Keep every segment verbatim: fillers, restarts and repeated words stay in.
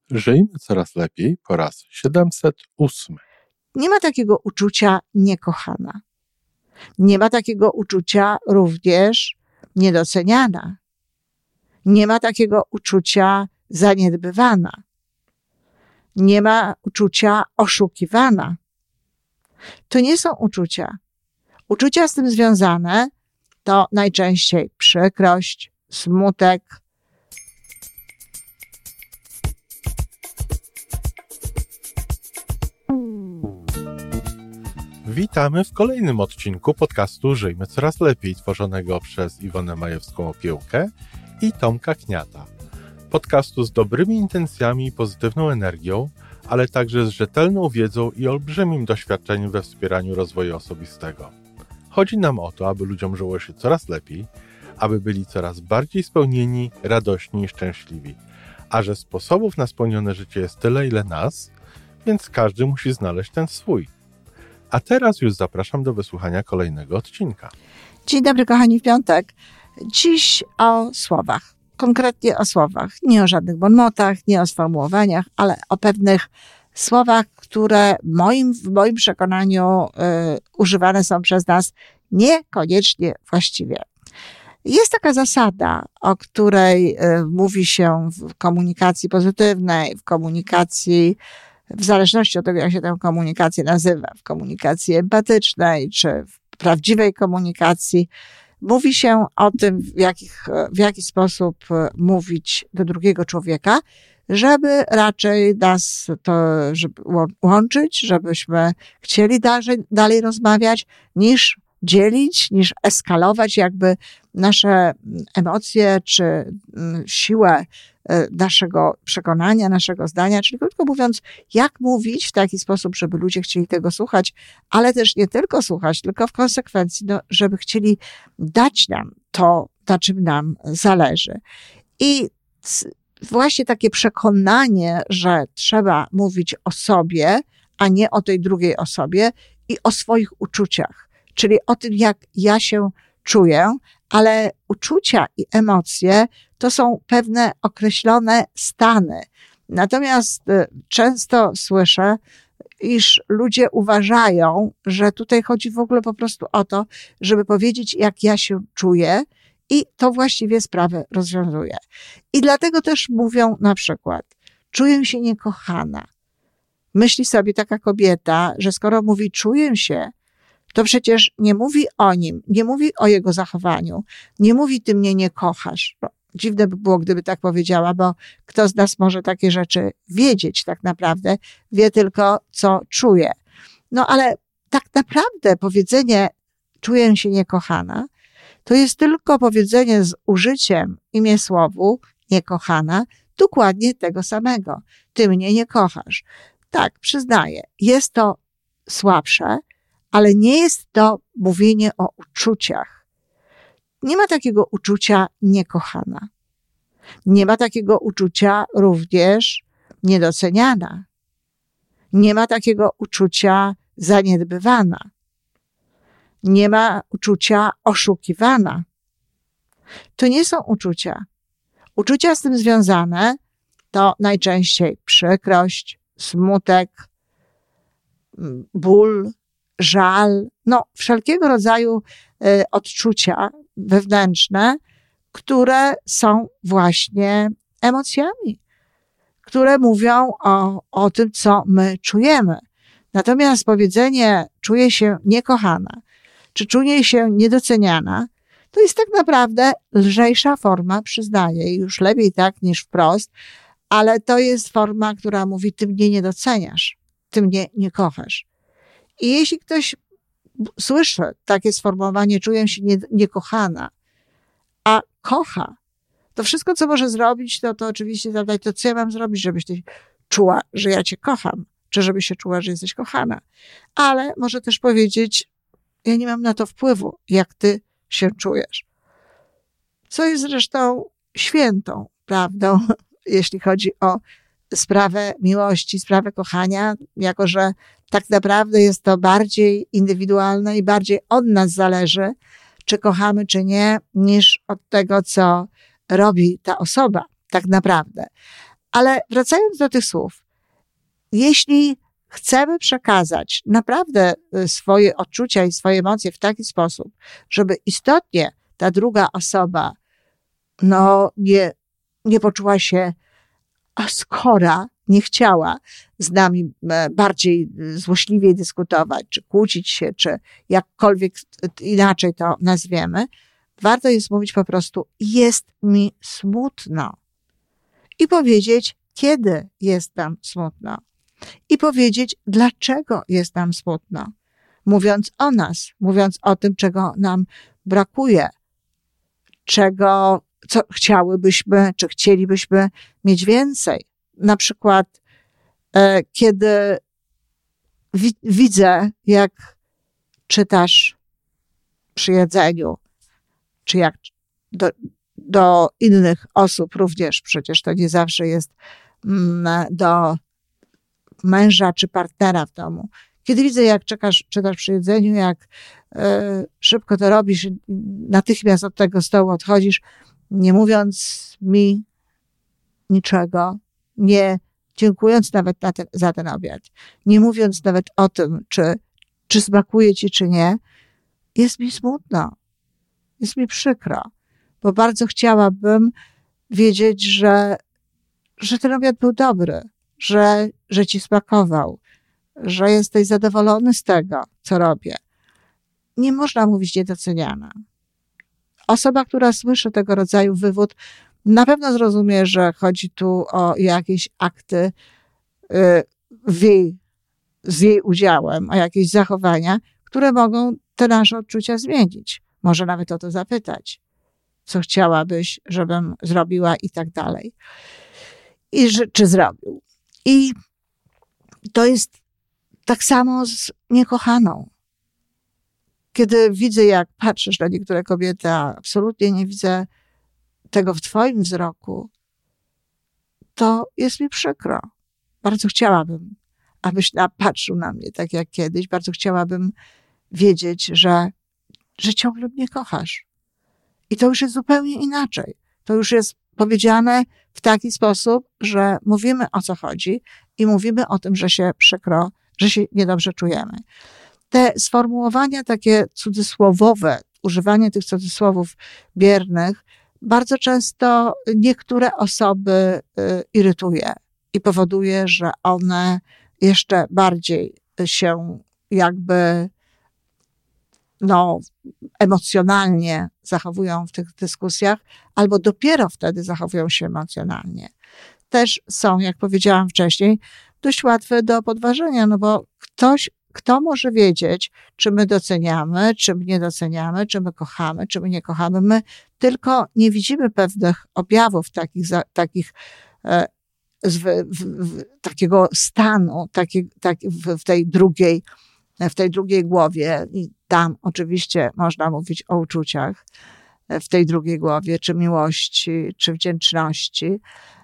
Żyjmy coraz lepiej po raz siedemset ósmy. Nie ma takiego uczucia niekochana. Nie ma takiego uczucia również niedoceniana. Nie ma takiego uczucia zaniedbywana. Nie ma uczucia oszukiwana. To nie są uczucia. Uczucia z tym związane to najczęściej przykrość, smutek, Witamy w kolejnym odcinku podcastu Żyjmy Coraz Lepiej, tworzonego przez Iwonę Majewską-Opiełkę i Tomka Kniata. Podcastu z dobrymi intencjami i pozytywną energią, ale także z rzetelną wiedzą i olbrzymim doświadczeniem we wspieraniu rozwoju osobistego. Chodzi nam o to, aby ludziom żyło się coraz lepiej, aby byli coraz bardziej spełnieni, radośni i szczęśliwi. A że sposobów na spełnione życie jest tyle, ile nas, więc każdy musi znaleźć ten swój. A teraz już zapraszam do wysłuchania kolejnego odcinka. Dzień dobry, kochani, w piątek. Dziś o słowach. Konkretnie o słowach. Nie o żadnych bonmotach, nie o sformułowaniach, ale o pewnych słowach, które moim, w moim przekonaniu y, używane są przez nas niekoniecznie właściwie. Jest taka zasada, o której y, mówi się w komunikacji pozytywnej, w komunikacji w zależności od tego, jak się tę komunikację nazywa, w komunikacji empatycznej czy w prawdziwej komunikacji, mówi się o tym, w, jakich, w jaki sposób mówić do drugiego człowieka, żeby raczej nas to żeby łączyć, żebyśmy chcieli dalej, dalej rozmawiać, niż dzielić, niż eskalować jakby nasze emocje czy siłę naszego przekonania, naszego zdania, czyli krótko mówiąc, jak mówić w taki sposób, żeby ludzie chcieli tego słuchać, ale też nie tylko słuchać, tylko w konsekwencji, no, żeby chcieli dać nam to, na czym nam zależy. I właśnie takie przekonanie, że trzeba mówić o sobie, a nie o tej drugiej osobie i o swoich uczuciach, czyli o tym, jak ja się czuję, ale uczucia i emocje to są pewne określone stany. Natomiast często słyszę, iż ludzie uważają, że tutaj chodzi w ogóle po prostu o to, żeby powiedzieć, jak ja się czuję, i to właściwie sprawę rozwiązuje. I dlatego też mówią na przykład, czuję się niekochana. Myśli sobie taka kobieta, że skoro mówi czuję się, to przecież nie mówi o nim, nie mówi o jego zachowaniu, nie mówi ty mnie nie kochasz. No, dziwne by było, gdyby tak powiedziała, bo kto z nas może takie rzeczy wiedzieć tak naprawdę, wie tylko, co czuje. No ale tak naprawdę powiedzenie czuję się niekochana, to jest tylko powiedzenie z użyciem imię słowu niekochana, dokładnie tego samego. Ty mnie nie kochasz. Tak, przyznaję, jest to słabsze, ale nie jest to mówienie o uczuciach. Nie ma takiego uczucia niekochana. Nie ma takiego uczucia również niedoceniana. Nie ma takiego uczucia zaniedbywana. Nie ma uczucia oszukiwana. To nie są uczucia. Uczucia z tym związane to najczęściej przykrość, smutek, ból, żal, no wszelkiego rodzaju y, odczucia wewnętrzne, które są właśnie emocjami, które mówią o, o tym, co my czujemy. Natomiast powiedzenie czuję się niekochana, czy czuję się niedoceniana, to jest tak naprawdę lżejsza forma, przyznaję, już lepiej tak niż wprost, ale to jest forma, która mówi, ty mnie nie doceniasz, ty mnie nie kochasz. I jeśli ktoś słyszy takie sformułowanie, czuję się nie, niekochana, a kocha, to wszystko, co może zrobić, to, to oczywiście zadać, to co ja mam zrobić, żebyś ty czuła, że ja cię kocham, czy żebyś się czuła, że jesteś kochana. Ale może też powiedzieć, ja nie mam na to wpływu, jak ty się czujesz. Co jest zresztą świętą prawdą, jeśli chodzi o sprawę miłości, sprawę kochania, jako że tak naprawdę jest to bardziej indywidualne i bardziej od nas zależy, czy kochamy, czy nie, niż od tego, co robi ta osoba tak naprawdę. Ale wracając do tych słów, jeśli chcemy przekazać naprawdę swoje odczucia i swoje emocje w taki sposób, żeby istotnie ta druga osoba no, nie, nie poczuła się skora, nie chciała z nami bardziej złośliwie dyskutować, czy kłócić się, czy jakkolwiek inaczej to nazwiemy, warto jest mówić po prostu: jest mi smutno. I powiedzieć, kiedy jest nam smutno. I powiedzieć, dlaczego jest nam smutno. Mówiąc o nas, mówiąc o tym, czego nam brakuje, czego, co chciałybyśmy, czy chcielibyśmy mieć więcej. Na przykład, e, kiedy wi- widzę, jak czytasz przy jedzeniu, czy jak do, do innych osób również, przecież to nie zawsze jest mm, do męża czy partnera w domu. Kiedy widzę, jak czekasz, czytasz przy jedzeniu, jak e, szybko to robisz, natychmiast od tego stołu odchodzisz, nie mówiąc mi niczego, nie dziękując nawet na ten, za ten obiad, nie mówiąc nawet o tym, czy, czy smakuje ci, czy nie, jest mi smutno, jest mi przykro, bo bardzo chciałabym wiedzieć, że, że ten obiad był dobry, że, że ci smakował, że jesteś zadowolony z tego, co robię. Nie można mówić niedoceniana. Osoba, która słyszy tego rodzaju wywód, na pewno zrozumie, że chodzi tu o jakieś akty w jej, z jej udziałem, o jakieś zachowania, które mogą te nasze odczucia zmienić. Może nawet o to zapytać, co chciałabyś, żebym zrobiła i tak dalej. I że, czy zrobił. I to jest tak samo z niekochaną. Kiedy widzę, jak patrzysz na niektóre kobiety, a absolutnie nie widzę tego w twoim wzroku, to jest mi przykro. Bardzo chciałabym, abyś patrzył na mnie tak jak kiedyś. Bardzo chciałabym wiedzieć, że, że ciągle mnie kochasz. I to już jest zupełnie inaczej. To już jest powiedziane w taki sposób, że mówimy, o co chodzi i mówimy o tym, że się przykro, że się niedobrze czujemy. Te sformułowania takie cudzysłowowe, używanie tych cudzysłowów biernych bardzo często niektóre osoby irytuje i powoduje, że one jeszcze bardziej się jakby no, emocjonalnie zachowują w tych dyskusjach, albo dopiero wtedy zachowują się emocjonalnie. Też są, jak powiedziałam wcześniej, dość łatwe do podważenia, no bo ktoś, kto może wiedzieć, czy my doceniamy, czy my nie doceniamy, czy my kochamy, czy my nie kochamy. My tylko nie widzimy pewnych objawów takich, takich e, w, w, w, takiego stanu taki, tak, w, w tej drugiej w tej drugiej głowie. I tam oczywiście można mówić o uczuciach w tej drugiej głowie, czy miłości, czy wdzięczności,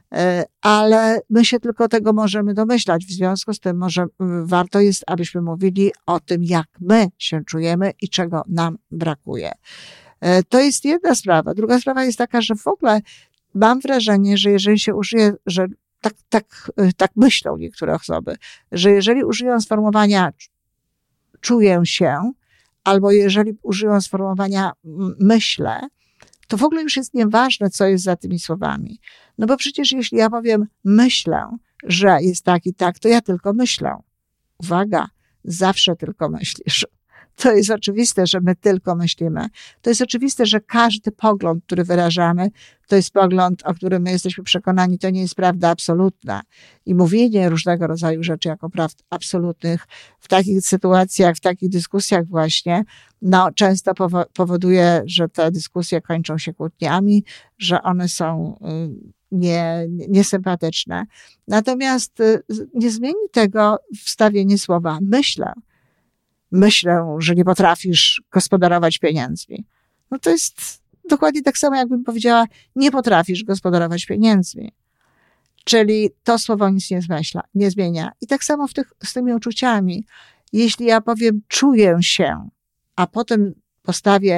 ale my się tylko tego możemy domyślać. W związku z tym może warto jest, abyśmy mówili o tym, jak my się czujemy i czego nam brakuje. To jest jedna sprawa. Druga sprawa jest taka, że w ogóle mam wrażenie, że jeżeli się użyje, że tak, tak, tak myślą niektóre osoby, że jeżeli użyją sformułowania czuję się, albo jeżeli użyją sformułowania myślę, to w ogóle już jest nieważne, co jest za tymi słowami. No bo przecież jeśli ja powiem myślę, że jest tak i tak, to ja tylko myślę. Uwaga, zawsze tylko myślisz. To jest oczywiste, że my tylko myślimy. To jest oczywiste, że każdy pogląd, który wyrażamy, to jest pogląd, o którym my jesteśmy przekonani, to nie jest prawda absolutna. I mówienie różnego rodzaju rzeczy jako prawd absolutnych w takich sytuacjach, w takich dyskusjach właśnie, no często powo- powoduje, że te dyskusje kończą się kłótniami, że one są nie, niesympatyczne. Natomiast nie zmieni tego wstawienie słowa myślę. Myślę, że nie potrafisz gospodarować pieniędzmi. No to jest dokładnie tak samo, jakbym powiedziała, nie potrafisz gospodarować pieniędzmi. Czyli to słowo nic nie zmyśla, nie zmienia. I tak samo w tych, z tymi uczuciami. Jeśli ja powiem czuję się, a potem postawię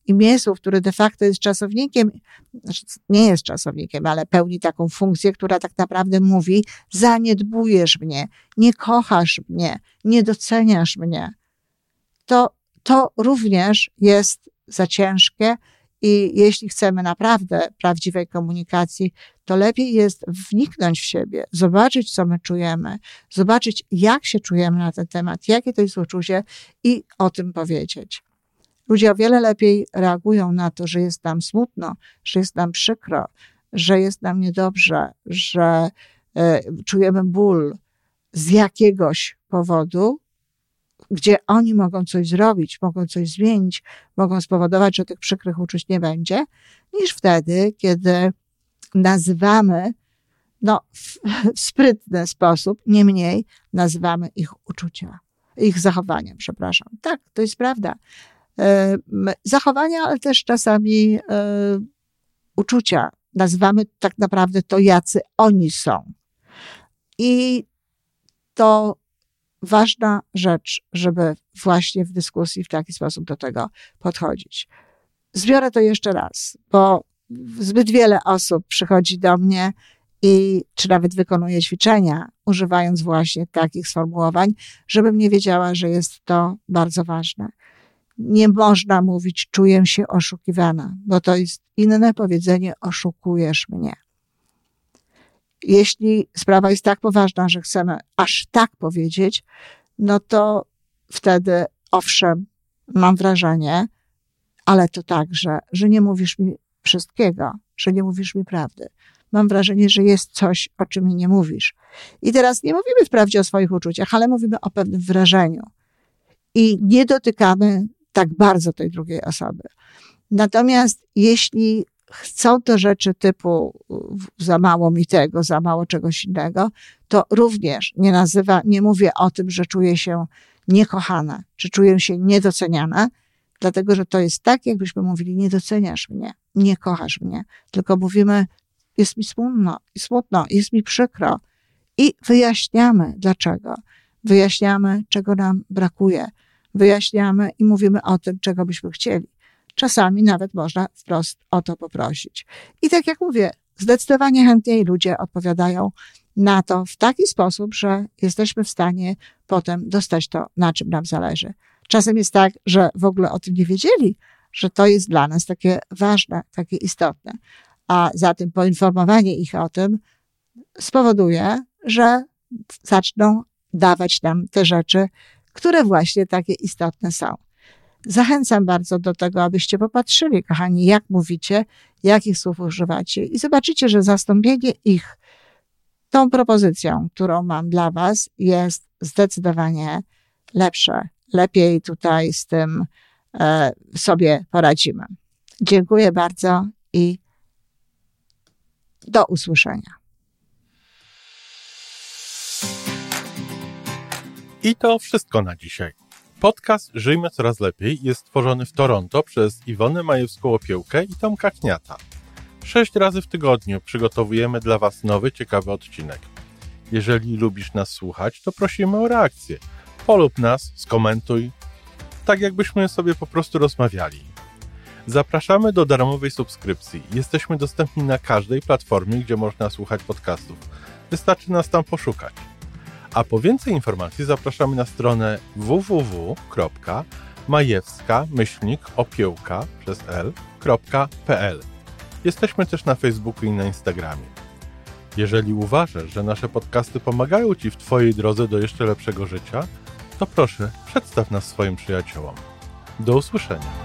i Miesłów, który de facto jest czasownikiem, znaczy nie jest czasownikiem, ale pełni taką funkcję, która tak naprawdę mówi: zaniedbujesz mnie, nie kochasz mnie, nie doceniasz mnie. To, to również jest za ciężkie i jeśli chcemy naprawdę prawdziwej komunikacji, to lepiej jest wniknąć w siebie, zobaczyć, co my czujemy, zobaczyć, jak się czujemy na ten temat, jakie to jest uczucie i o tym powiedzieć. Ludzie o wiele lepiej reagują na to, że jest nam smutno, że jest nam przykro, że jest nam niedobrze, że y, czujemy ból z jakiegoś powodu, gdzie oni mogą coś zrobić, mogą coś zmienić, mogą spowodować, że tych przykrych uczuć nie będzie, niż wtedy, kiedy nazywamy, no, w, w sprytny sposób, nie mniej, nazywamy ich uczucia, ich zachowania, przepraszam. Tak, to jest prawda. Zachowania, ale też czasami uczucia. Nazywamy tak naprawdę to, jacy oni są. I to ważna rzecz, żeby właśnie w dyskusji w taki sposób do tego podchodzić. Zbiorę to jeszcze raz, bo zbyt wiele osób przychodzi do mnie i czy nawet wykonuje ćwiczenia, używając właśnie takich sformułowań, żebym nie wiedziała, że jest to bardzo ważne. Nie można mówić: czuję się oszukiwana, bo to jest inne powiedzenie: oszukujesz mnie. Jeśli sprawa jest tak poważna, że chcemy aż tak powiedzieć, no to wtedy, owszem, mam wrażenie, ale to także, że nie mówisz mi wszystkiego, że nie mówisz mi prawdy. Mam wrażenie, że jest coś, o czym mi nie mówisz. I teraz nie mówimy wprawdzie o swoich uczuciach, ale mówimy o pewnym wrażeniu. I nie dotykamy tak bardzo tej drugiej osoby. Natomiast jeśli chcą to rzeczy typu za mało mi tego, za mało czegoś innego, to również nie nazywa, nie mówię o tym, że czuję się niekochana, czy czuję się niedoceniana, dlatego że to jest tak, jakbyśmy mówili: nie doceniasz mnie, nie kochasz mnie, tylko mówimy: jest mi smutno, smutno, jest mi przykro i wyjaśniamy dlaczego. Wyjaśniamy, czego nam brakuje. Wyjaśniamy i mówimy o tym, czego byśmy chcieli. Czasami nawet można wprost o to poprosić. I tak jak mówię, zdecydowanie chętniej ludzie odpowiadają na to w taki sposób, że jesteśmy w stanie potem dostać to, na czym nam zależy. Czasem jest tak, że w ogóle o tym nie wiedzieli, że to jest dla nas takie ważne, takie istotne. A zatem poinformowanie ich o tym spowoduje, że zaczną dawać nam te rzeczy, które właśnie takie istotne są. Zachęcam bardzo do tego, abyście popatrzyli, kochani, jak mówicie, jakich słów używacie i zobaczycie, że zastąpienie ich tą propozycją, którą mam dla was, jest zdecydowanie lepsze. Lepiej tutaj z tym e, sobie poradzimy. Dziękuję bardzo i do usłyszenia. I to wszystko na dzisiaj. Podcast Żyjmy Coraz Lepiej jest stworzony w Toronto przez Iwonę Majewską-Opiełkę i Tomka Kniata. Sześć razy w tygodniu przygotowujemy dla was nowy, ciekawy odcinek. Jeżeli lubisz nas słuchać, to prosimy o reakcję. Polub nas, skomentuj, tak jakbyśmy sobie po prostu rozmawiali. Zapraszamy do darmowej subskrypcji. Jesteśmy dostępni na każdej platformie, gdzie można słuchać podcastów. Wystarczy nas tam poszukać. A po więcej informacji zapraszamy na stronę w w w kropka majewska myślnik opiełka przez l kropka p l. Jesteśmy też na Facebooku i na Instagramie. Jeżeli uważasz, że nasze podcasty pomagają ci w twojej drodze do jeszcze lepszego życia, to proszę, przedstaw nas swoim przyjaciołom. Do usłyszenia.